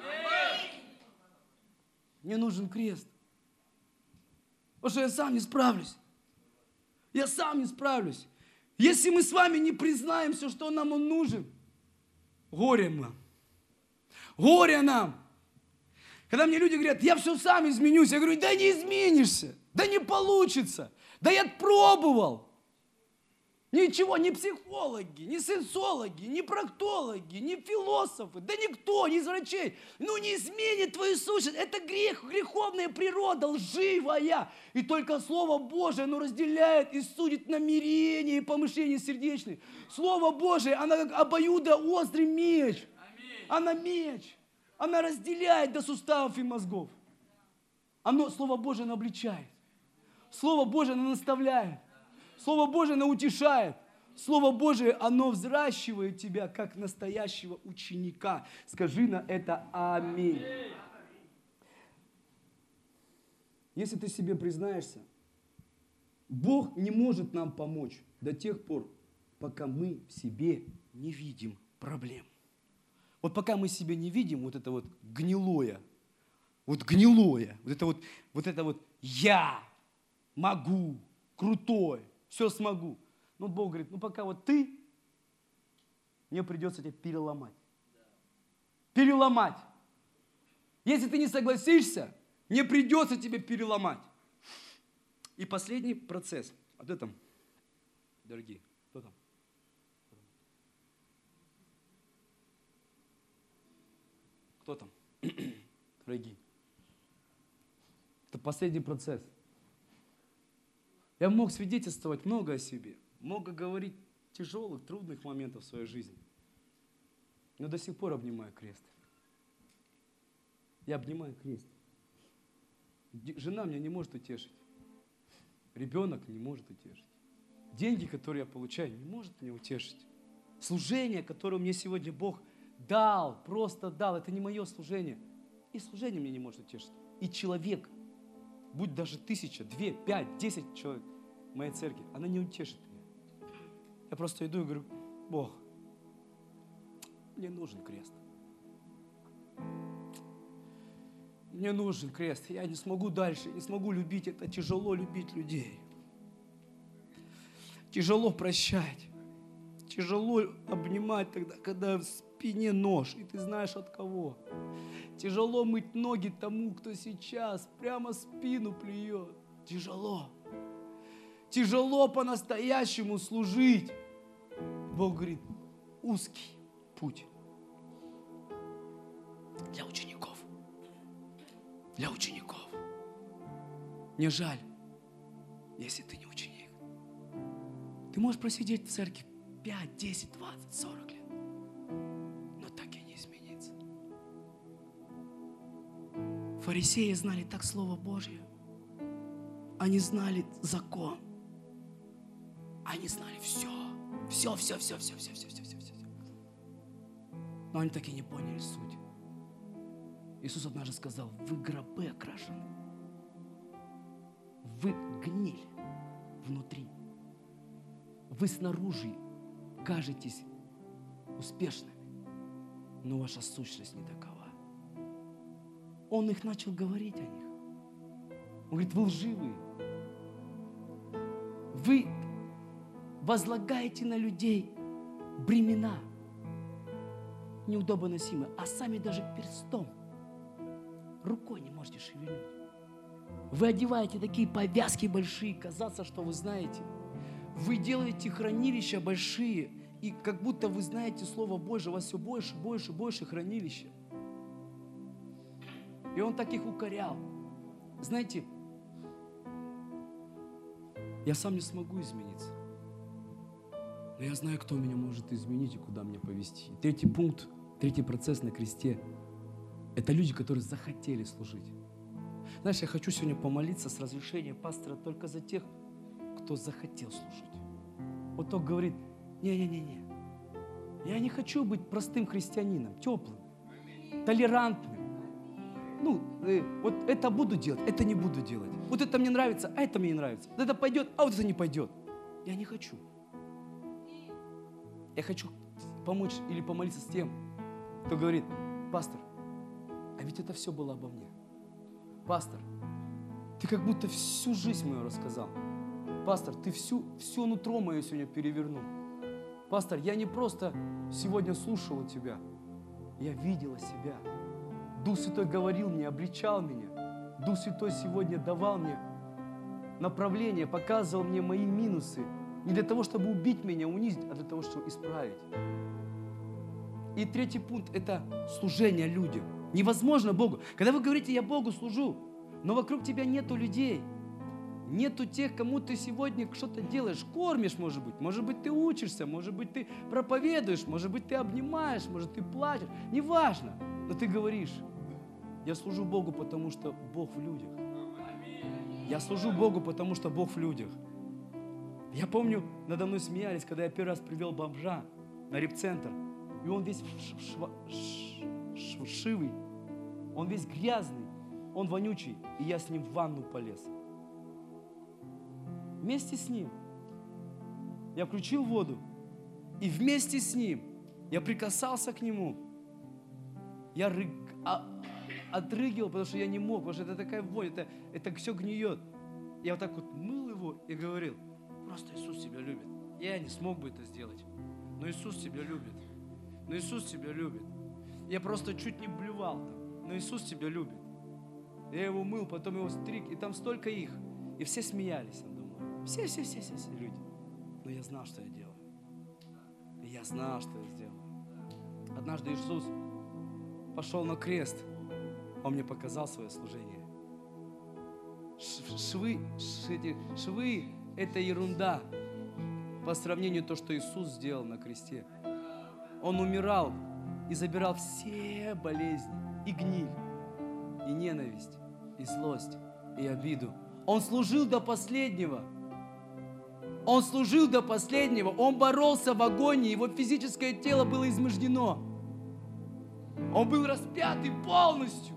Мне нужен крест. Потому что я сам не справлюсь. Я сам не справлюсь. Если мы с вами не признаем все, что нам он нужен, горе нам. Горе нам. Когда мне люди говорят: я все сам изменюсь, я говорю: да не изменишься, да не получится, да я пробовал. Ничего, ни психологи, ни сенсологи, ни проктологи, ни философы, да никто, ни из врачей, ну не изменит твою сущность. Это грех, греховная природа, лживая. И только Слово Божие, оно разделяет и судит намерения и помышления сердечные. Слово Божие, оно как обоюдоострый меч. Она меч. Она разделяет до суставов и мозгов. Оно, Слово Божие, оно обличает. Слово Божие, оно наставляет. Слово Божие, оно утешает. Слово Божие, оно взращивает тебя, как настоящего ученика. Скажи на это аминь. Если ты себе признаешься, Бог не может нам помочь до тех пор, пока мы в себе не видим проблем. Вот пока мы себе не видим вот это вот гнилое, вот гнилое, вот это вот, вот это вот я могу, крутой, все смогу. Ну, Бог говорит, ну пока вот ты, мне придется тебя переломать. Переломать. Если ты не согласишься, мне придется тебя переломать. И последний процесс. А кто там, дорогие? Кто там? Кто там? Дорогие. Это последний процесс. Я мог свидетельствовать много о себе, много говорить тяжелых, трудных моментов в своей жизни. Но до сих пор обнимаю крест. Я обнимаю крест. Жена меня не может утешить. Ребенок не может утешить. Деньги, которые я получаю, не может меня утешить. Служение, которое мне сегодня Бог дал, просто дал, это не мое служение. И служение мне не может утешить. И человек, будь даже тысяча, две, пять, десять человек в моей церкви, она не утешит меня. Я просто иду и говорю, Бог, мне нужен крест. Мне нужен крест. Я не смогу дальше, не смогу любить. Это тяжело любить людей. Тяжело прощать. Тяжело обнимать тогда, когда в спине нож, и ты знаешь от кого. Тяжело мыть ноги тому, кто сейчас прямо спину плюет. Тяжело. Тяжело по-настоящему служить. Бог говорит, узкий путь для учеников. Для учеников. Мне жаль, если ты не ученик. Ты можешь просидеть в церкви пять, десять, двадцать, сорок лет, но так и не измениться. Фарисеи знали так Слово Божье. Они знали закон. Они знали все. Все, все, все, все, все, все, все, все, все. Но они так и не поняли суть. Иисус однажды сказал, вы гробы окрашены. Вы гниль внутри. Вы снаружи кажетесь успешными, но ваша сущность не такова. Он их начал говорить о них. Он говорит, вы лживые. Вы возлагаете на людей бремена неудобно носимые, а сами даже перстом, рукой не можете шевельнуть. Вы одеваете такие повязки большие, казаться, что вы знаете. Вы делаете хранилища большие, и как будто вы знаете Слово Божие, у вас все больше, больше, больше хранилища. И он так их укорял. Знаете, я сам не смогу измениться. Но я знаю, кто меня может изменить и куда меня повести. Третий пункт, третий процесс на кресте – это люди, которые захотели служить. Знаешь, я хочу сегодня помолиться с разрешения пастора только за тех, кто захотел служить. Вот тот говорит, не-не-не-не, я не хочу быть простым христианином, теплым, толерантным. Ну, э, вот это буду делать, это не буду делать. Вот это мне нравится, а это мне не нравится. Вот это пойдет, а вот это не пойдет. Я не хочу. Я хочу помочь или помолиться с тем, кто говорит, пастор, а ведь это все было обо мне. Пастор, ты как будто всю жизнь мою рассказал. Пастор, ты всю, все нутро мое сегодня перевернул. Пастор, я не просто сегодня слушала тебя, я видела себя. Дух Святой говорил мне, обличал меня. Дух Святой сегодня давал мне направление, показывал мне мои минусы. Не для того, чтобы убить меня, унизить, а для того, чтобы исправить. И третий пункт – это служение людям. Невозможно Богу. Когда вы говорите, я Богу служу, но вокруг тебя нету людей, Нету тех, кому ты сегодня что-то делаешь, кормишь, может быть. Может быть, ты учишься, может быть, ты проповедуешь, может быть, ты обнимаешь, может, ты плачешь. Неважно, но ты говоришь, я служу Богу, потому что Бог в людях. Я служу Богу, потому что Бог в людях. Я помню, надо мной смеялись, когда я первый раз привел бомжа на репцентр. И он весь вшивый, он весь грязный, он вонючий. И я с ним в ванну полез. Вместе с ним я включил воду. И вместе с ним я прикасался к нему. Я рыг... а... отрыгивал, потому что я не мог, потому что это такая вонь, это, это все гниет. Я вот так вот мыл его и говорил, просто Иисус тебя любит. Я не смог бы это сделать, но Иисус тебя любит. Но Иисус тебя любит. Я просто чуть не блевал там, но Иисус тебя любит. Я его мыл, потом его стриг, и там столько их. И все смеялись надо мной. Все, все, все, все, все люди. Но я знал, что я делаю. И я знал, что я сделаю. Однажды Иисус пошел на крест. Он мне показал свое служение. Швы, швы, швы – это ерунда по сравнению с тем, что Иисус сделал на кресте. Он умирал и забирал все болезни, и гниль, и ненависть, и злость, и обиду. Он служил до последнего. Он служил до последнего. Он боролся в агонии. Его физическое тело было измождено. Он был распятый полностью.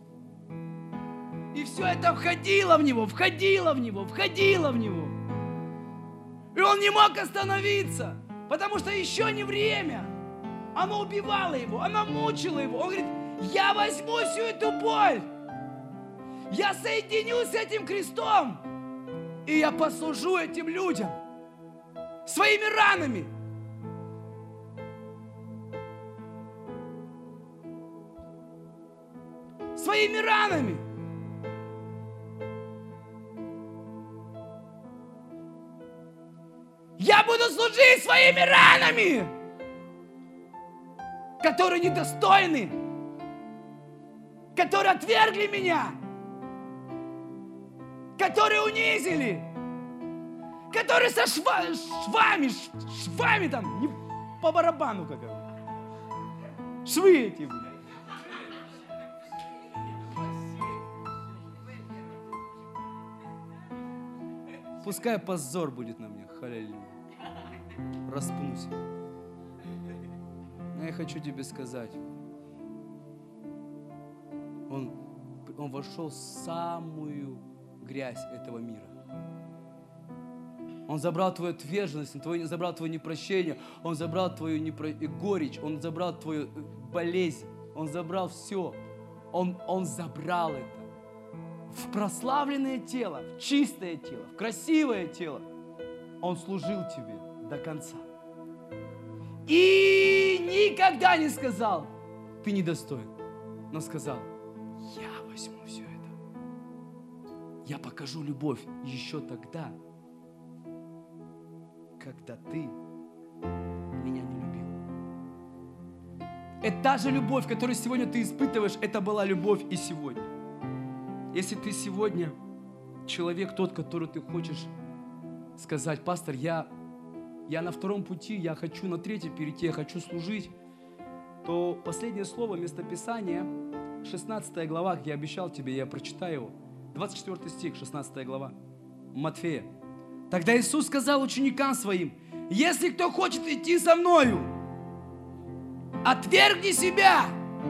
И все это входило в него, входило в него, входило в него. И он не мог остановиться, потому что еще не время. Оно убивало его, оно мучило его. Он говорит, я возьму всю эту боль. Я соединюсь с этим крестом. И я послужу этим людям своими ранами. Своими ранами. Я буду служить своими ранами, которые недостойны, которые отвергли меня, которые унизили, которые со шва, швами, швами там, не по барабану, как говорят. Швы эти, блядь. Пускай позор будет на мне, халилюя. Распнусь. Но я хочу тебе сказать, он, он вошел в самую грязь этого мира. Он забрал твою отверженность, он твой, забрал твое непрощение, он забрал твою непро... горечь, он забрал твою болезнь, он забрал все. Он, он забрал это. В прославленное тело, в чистое тело, в красивое тело. Он служил тебе до конца. И никогда не сказал, ты недостоин, но сказал, я возьму все это. Я покажу любовь еще тогда, когда ты меня не любил. Это та же любовь, которую сегодня ты испытываешь, это была любовь и сегодня. Если ты сегодня человек тот, который ты хочешь сказать, пастор, я, я на втором пути, я хочу на третий перейти, я хочу служить, то последнее слово, местописание, шестнадцатая глава, как я обещал тебе, я прочитаю его, двадцать четвёртый стих, шестнадцатая глава, Матфея. Тогда Иисус сказал ученикам своим, если кто хочет идти за мною, отвергни себя,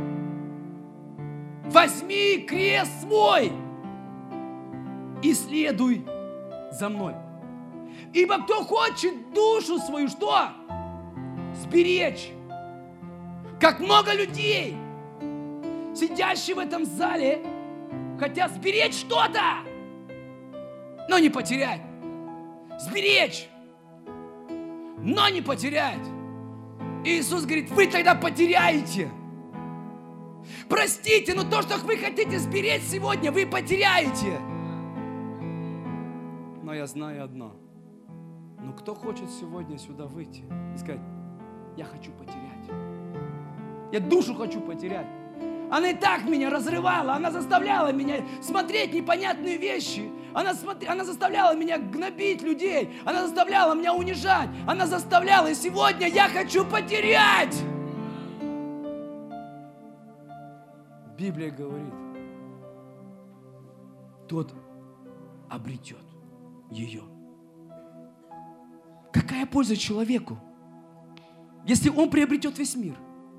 возьми крест свой и следуй за мной. Ибо кто хочет душу свою, что? Сберечь. Как много людей, сидящих в этом зале, хотят сберечь что-то, но не потерять. Сберечь, но не потерять. И Иисус говорит, вы тогда потеряете. Простите, но то, что вы хотите сберечь сегодня, вы потеряете. Но я знаю одно. Но кто хочет сегодня сюда выйти и сказать, я хочу потерять. Я душу хочу потерять. Она и так меня разрывала, она заставляла меня смотреть непонятные вещи. Она, смотри, она заставляла меня гнобить людей, она заставляла меня унижать, она заставляла, и сегодня я хочу потерять. Библия говорит, тот обретет ее. Какая польза человеку, если он приобретет весь мир,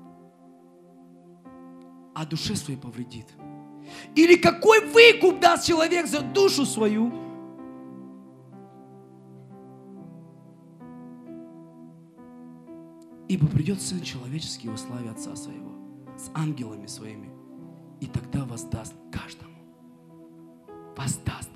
а душе своей повредит? Или какой выкуп даст человек за душу свою? Ибо придет Сын Человеческий во славе Отца Своего с ангелами Своими, и тогда воздаст каждому. Воздаст